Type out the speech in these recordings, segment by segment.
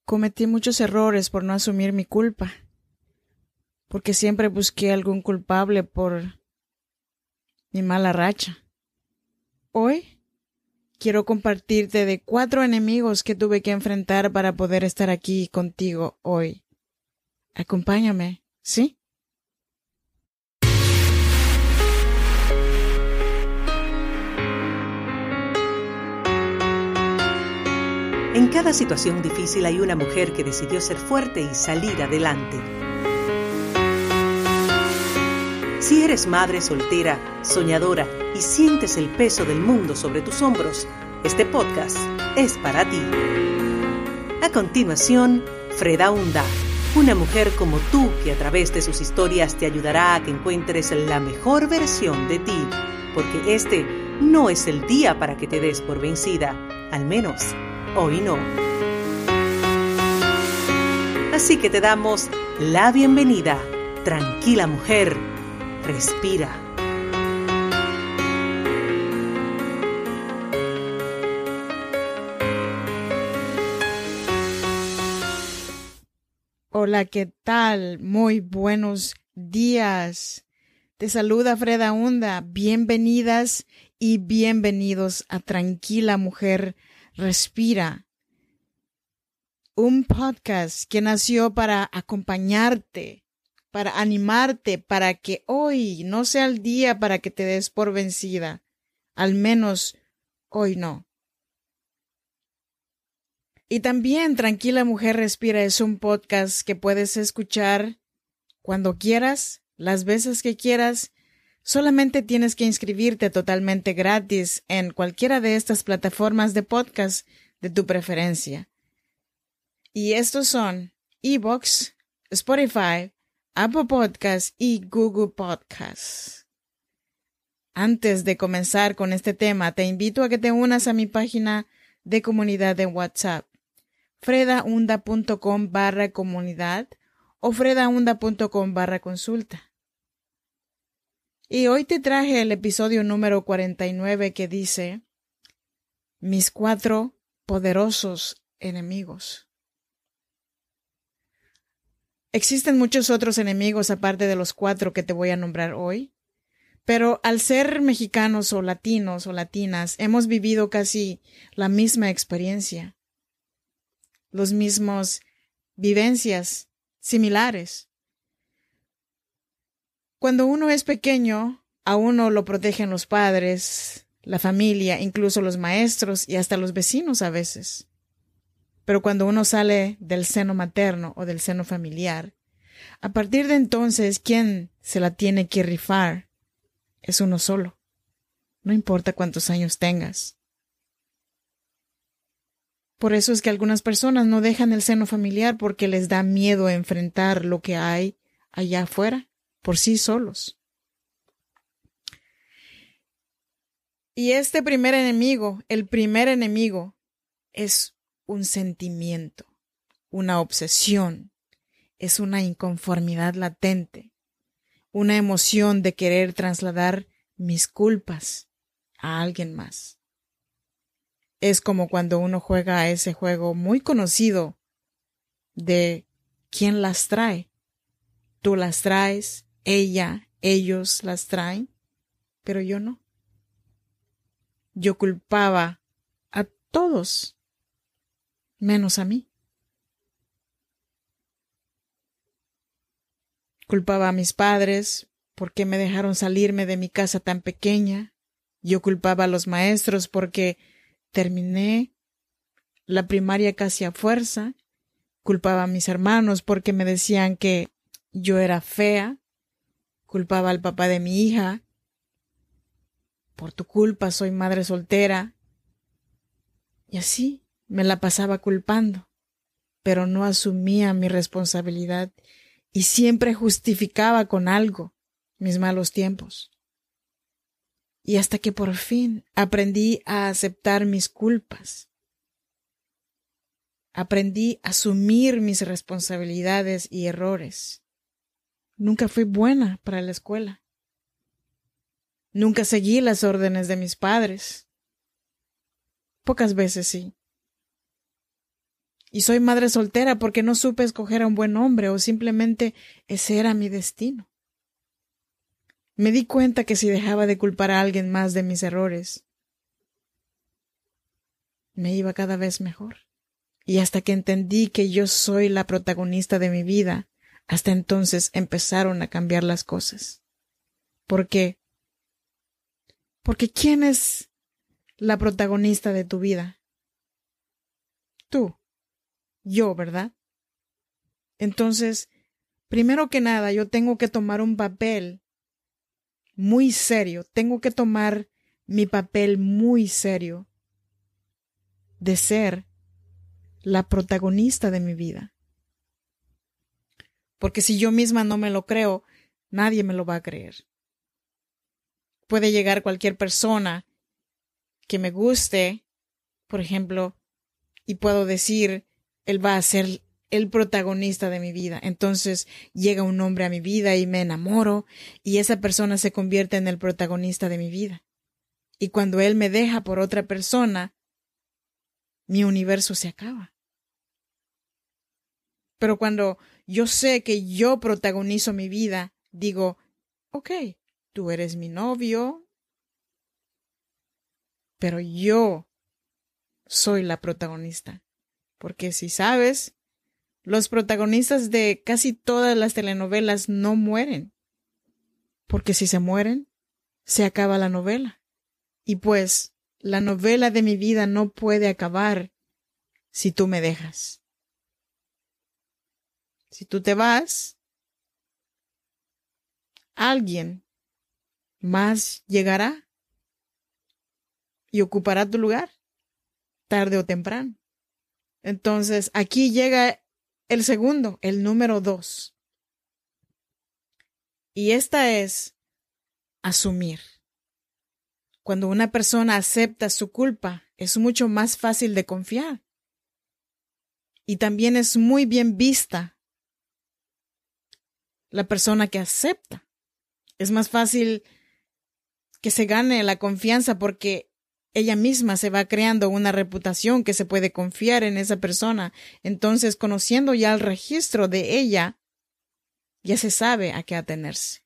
Cometí muchos errores por no asumir mi culpa, porque siempre busqué algún culpable por mi mala racha. Hoy quiero compartirte de 4 enemigos que tuve que enfrentar para poder estar aquí contigo hoy. Acompáñame, ¿sí? En cada situación difícil hay una mujer que decidió ser fuerte y salir adelante. Si eres madre soltera, soñadora y sientes el peso del mundo sobre tus hombros, este podcast es para ti. A continuación, Freda Hunda, una mujer como tú que a través de sus historias te ayudará a que encuentres la mejor versión de ti, porque este no es el día para que te des por vencida, al menos hoy no. Así que te damos la bienvenida. Tranquila mujer, respira. Hola, ¿qué tal? Muy buenos días. Te saluda Freda Hunda. Bienvenidas y bienvenidos a Tranquila Mujer, Respira. Un podcast que nació para acompañarte, para animarte, para que hoy no sea el día para que te des por vencida. Al menos hoy no. Y también Tranquila Mujer Respira es un podcast que puedes escuchar cuando quieras, las veces que quieras. Solamente tienes que inscribirte totalmente gratis en cualquiera de estas plataformas de podcast de tu preferencia. Y estos son iVoox, Spotify, Apple Podcasts y Google Podcasts. Antes de comenzar con este tema, te invito a que te unas a mi página de comunidad de WhatsApp, fredahunda.com/comunidad o fredahunda.com/consulta. Y hoy te traje el episodio número 49 que dice, Mis 4 poderosos enemigos. Existen muchos otros enemigos aparte de los 4 que te voy a nombrar hoy, pero al ser mexicanos o latinos o latinas, hemos vivido casi la misma experiencia, los mismos vivencias similares. Cuando uno es pequeño, a uno lo protegen los padres, la familia, incluso los maestros y hasta los vecinos a veces. Pero cuando uno sale del seno materno o del seno familiar, a partir de entonces, quien se la tiene que rifar es uno solo. No importa cuántos años tengas. Por eso es que algunas personas no dejan el seno familiar porque les da miedo enfrentar lo que hay allá afuera por sí solos. Y este primer enemigo, el primer enemigo, es un sentimiento, una obsesión, es una inconformidad latente, una emoción de querer trasladar mis culpas a alguien más. Es como cuando uno juega a ese juego muy conocido de ¿quién las trae? Tú las traes, ella, ellos las traen, pero yo no. Yo culpaba a todos, menos a mí. Culpaba a mis padres porque me dejaron salirme de mi casa tan pequeña. Yo culpaba a los maestros porque terminé la primaria casi a fuerza. Culpaba a mis hermanos porque me decían que yo era fea. Culpaba al papá de mi hija. Por tu culpa soy madre soltera. Y así me la pasaba culpando, pero no asumía mi responsabilidad y siempre justificaba con algo mis malos tiempos. Y hasta que por fin aprendí a aceptar mis culpas. Aprendí a asumir mis responsabilidades y errores. Nunca fui buena para la escuela. Nunca seguí las órdenes de mis padres. Pocas veces sí. Y soy madre soltera porque no supe escoger a un buen hombre o simplemente ese era mi destino. Me di cuenta que si dejaba de culpar a alguien más de mis errores, me iba cada vez mejor. Y hasta que entendí que yo soy la protagonista de mi vida, hasta entonces empezaron a cambiar las cosas. ¿Por qué? Porque ¿quién es la protagonista de tu vida? Tú. Yo, ¿verdad? Entonces, primero que nada, yo tengo que tomar un papel muy serio. Tengo que tomar mi papel muy serio de ser la protagonista de mi vida. Porque si yo misma no me lo creo, nadie me lo va a creer. Puede llegar cualquier persona que me guste, por ejemplo, y puedo decir, él va a ser el protagonista de mi vida. Entonces llega un hombre a mi vida y me enamoro y esa persona se convierte en el protagonista de mi vida. Y cuando él me deja por otra persona, mi universo se acaba. Pero cuando yo sé que yo protagonizo mi vida, digo, ok, tú eres mi novio, pero yo soy la protagonista. Porque si sabes, los protagonistas de casi todas las telenovelas no mueren. Porque si se mueren, se acaba la novela. Y pues, la novela de mi vida no puede acabar si tú me dejas. Si tú te vas, alguien más llegará y ocupará tu lugar, tarde o temprano. Entonces, aquí llega el segundo, el número 2. Y esta es asumir. Cuando una persona acepta su culpa, es mucho más fácil de confiar. Y también es muy bien vista la persona que acepta. Es más fácil que se gane la confianza porque ella misma se va creando una reputación que se puede confiar en esa persona. Entonces, conociendo ya el registro de ella, ya se sabe a qué atenerse.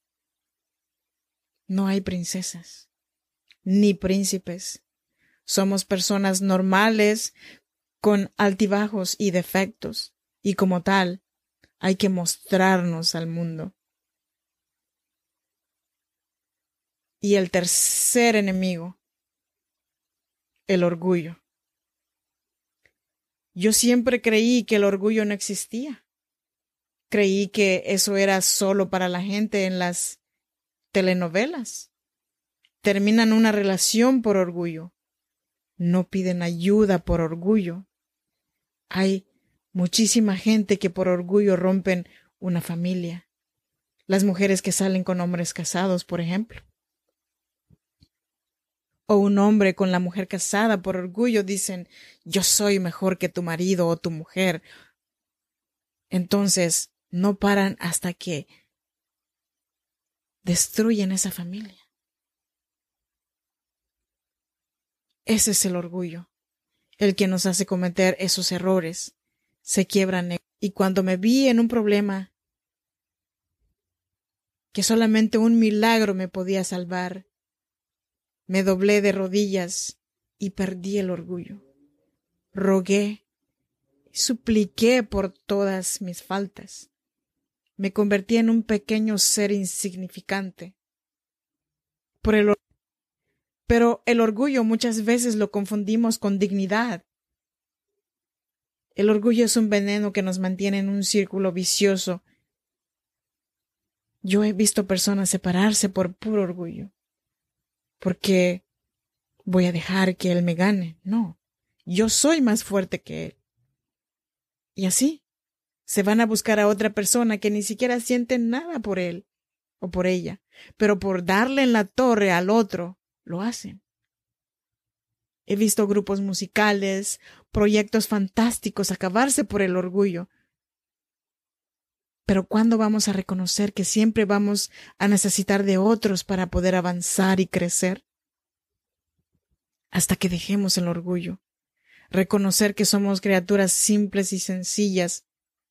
No hay princesas, ni príncipes. Somos personas normales, con altibajos y defectos, y como tal, hay que mostrarnos al mundo. Y el tercer enemigo, el orgullo. Yo siempre creí que el orgullo no existía. Creí que eso era solo para la gente en las telenovelas. Terminan una relación por orgullo. No piden ayuda por orgullo. Hay muchísima gente que por orgullo rompen una familia. Las mujeres que salen con hombres casados, por ejemplo. O un hombre con la mujer casada por orgullo dicen, yo soy mejor que tu marido o tu mujer. Entonces, no paran hasta que destruyen esa familia. Ese es el orgullo, el que nos hace cometer esos errores. Se quiebran. Y cuando me vi en un problema que solamente un milagro me podía salvar, me doblé de rodillas y perdí el orgullo. Rogué, supliqué por todas mis faltas. Me convertí en un pequeño ser insignificante. Pero el orgullo muchas veces lo confundimos con dignidad. El orgullo es un veneno que nos mantiene en un círculo vicioso. Yo he visto personas separarse por puro orgullo. Porque voy a dejar que él me gane. No, yo soy más fuerte que él. Y así se van a buscar a otra persona que ni siquiera siente nada por él o por ella, pero por darle en la torre al otro, lo hacen. He visto grupos musicales, proyectos fantásticos acabarse por el orgullo. Pero ¿cuándo vamos a reconocer que siempre vamos a necesitar de otros para poder avanzar y crecer? Hasta que dejemos el orgullo. reconocer que somos criaturas simples y sencillas.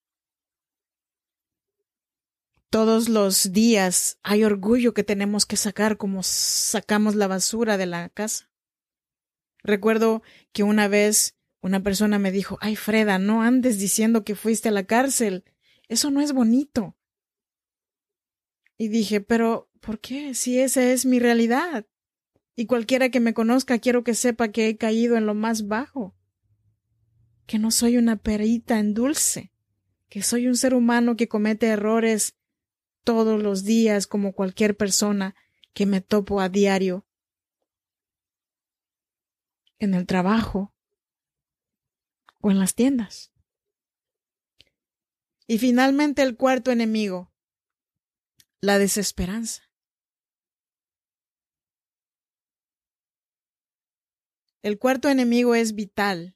Todos los días hay orgullo que tenemos que sacar como sacamos la basura de la casa. Recuerdo que una vez una persona me dijo, ay Freda, no andes diciendo que fuiste a la cárcel, eso no es bonito. Y dije, pero ¿por qué? Si esa es mi realidad. Y cualquiera que me conozca quiero que sepa que he caído en lo más bajo, que no soy una perita en dulce, que soy un ser humano que comete errores todos los días como cualquier persona que me topo a diario en el trabajo o en las tiendas. Y finalmente el cuarto enemigo, la desesperanza. El cuarto enemigo es vital,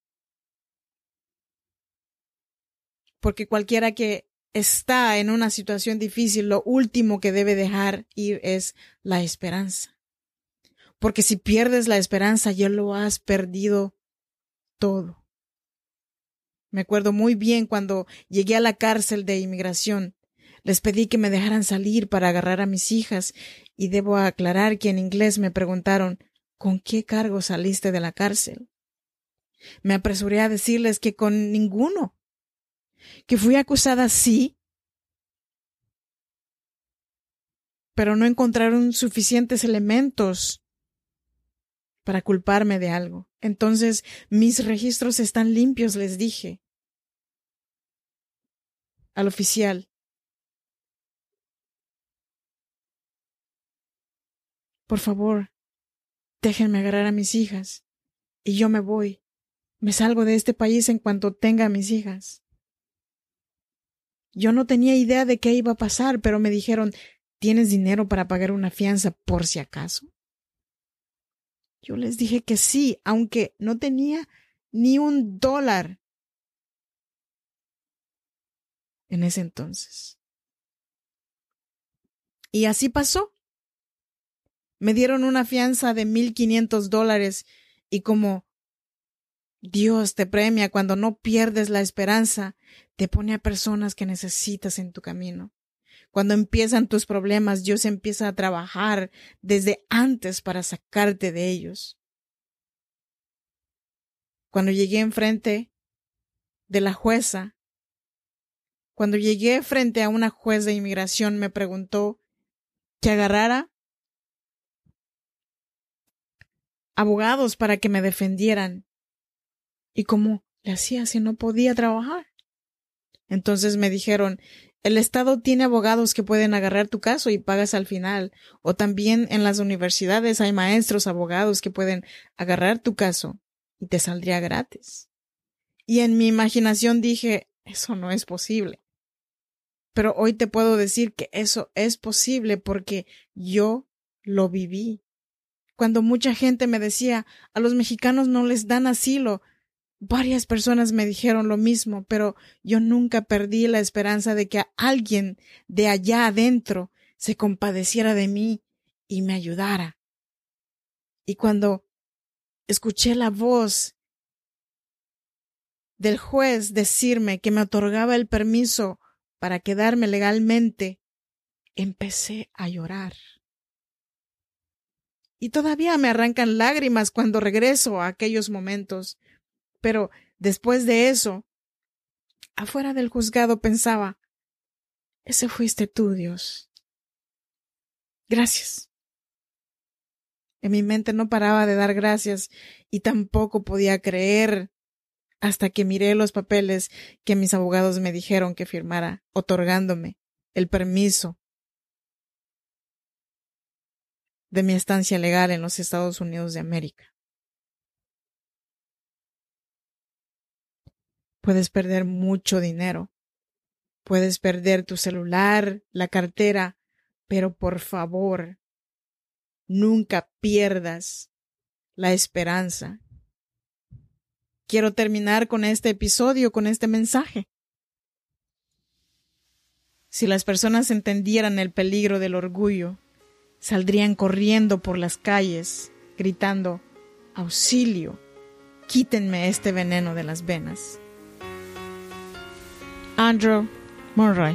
porque cualquiera que está en una situación difícil, lo último que debe dejar ir es la esperanza. Porque si pierdes la esperanza, ya lo has perdido todo. Me acuerdo muy bien cuando llegué a la cárcel de inmigración. Les pedí que me dejaran salir para agarrar a mis hijas y debo aclarar que en inglés me preguntaron, ¿con qué cargo saliste de la cárcel? Me apresuré a decirles que con ninguno, que fui acusada sí, pero no encontraron suficientes elementos para culparme de algo. Entonces, mis registros están limpios, les dije al oficial. Por favor, déjenme agarrar a mis hijas y yo me voy. Me salgo de este país en cuanto tenga a mis hijas. Yo no tenía idea de qué iba a pasar, pero me dijeron, ¿tienes dinero para pagar una fianza por si acaso? Yo les dije que sí, aunque no tenía ni $1 en ese entonces. Y así pasó. Me dieron una fianza de $1,500 y como Dios te premia cuando no pierdes la esperanza, te pone a personas que necesitas en tu camino. Cuando empiezan tus problemas, Dios empieza a trabajar desde antes para sacarte de ellos. Cuando llegué enfrente de la jueza, cuando llegué frente a una juez de inmigración, me preguntó que agarrara abogados para que me defendieran. ¿Y cómo le hacía si no podía trabajar? Entonces me dijeron, el Estado tiene abogados que pueden agarrar tu caso y pagas al final. O también en las universidades hay maestros, abogados que pueden agarrar tu caso y te saldría gratis. Y en mi imaginación dije, eso no es posible. Pero hoy te puedo decir que eso es posible porque yo lo viví. Cuando mucha gente me decía, a los mexicanos no les dan asilo, varias personas me dijeron lo mismo, pero yo nunca perdí la esperanza de que alguien de allá adentro se compadeciera de mí y me ayudara. Y cuando escuché la voz del juez decirme que me otorgaba el permiso para quedarme legalmente, empecé a llorar. Y todavía me arrancan lágrimas cuando regreso a aquellos momentos. Pero después de eso, afuera del juzgado pensaba, ese fuiste tú, Dios. Gracias. En mi mente no paraba de dar gracias y tampoco podía creer hasta que miré los papeles que mis abogados me dijeron que firmara, otorgándome el permiso de mi estancia legal en los Estados Unidos de América. Puedes perder mucho dinero, puedes perder tu celular, la cartera, pero por favor, nunca pierdas la esperanza. Quiero terminar con este episodio, con este mensaje. Si las personas entendieran el peligro del orgullo, saldrían corriendo por las calles, gritando, ¡auxilio! quítenme este veneno de las venas. Andrew Murray.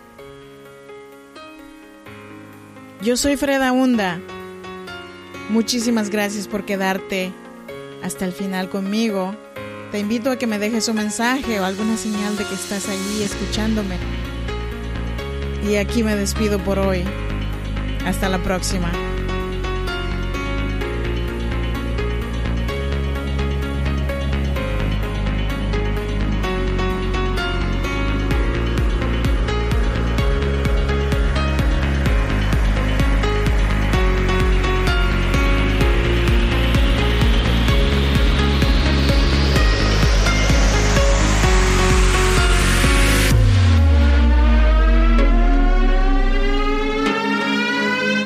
Yo soy Freda Hunda. Muchísimas gracias por quedarte hasta el final conmigo. Te invito a que me dejes un mensaje o alguna señal de que estás allí escuchándome. Y aquí me despido por hoy. Hasta la próxima.